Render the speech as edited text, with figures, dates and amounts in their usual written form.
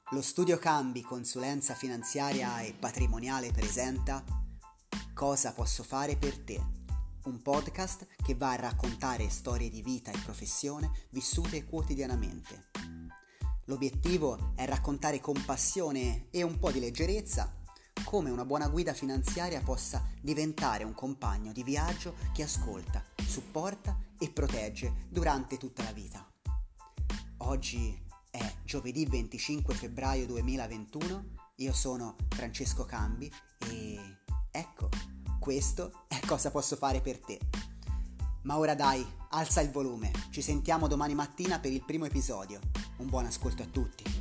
Lo studio Cambi Consulenza Finanziaria e Patrimoniale presenta Cosa posso fare per te? Un podcast che va a raccontare storie di vita e professione vissute quotidianamente. L'obiettivo è raccontare con passione e un po' di leggerezza come una buona guida finanziaria possa diventare un compagno di viaggio che ascolta, supporta e protegge durante tutta la vita. Oggi è giovedì 25 febbraio 2021, io sono Francesco Cambi e ecco, questo è cosa posso fare per te. Ma ora dai, alza il volume, ci sentiamo domani mattina per il primo episodio. Un buon ascolto a tutti.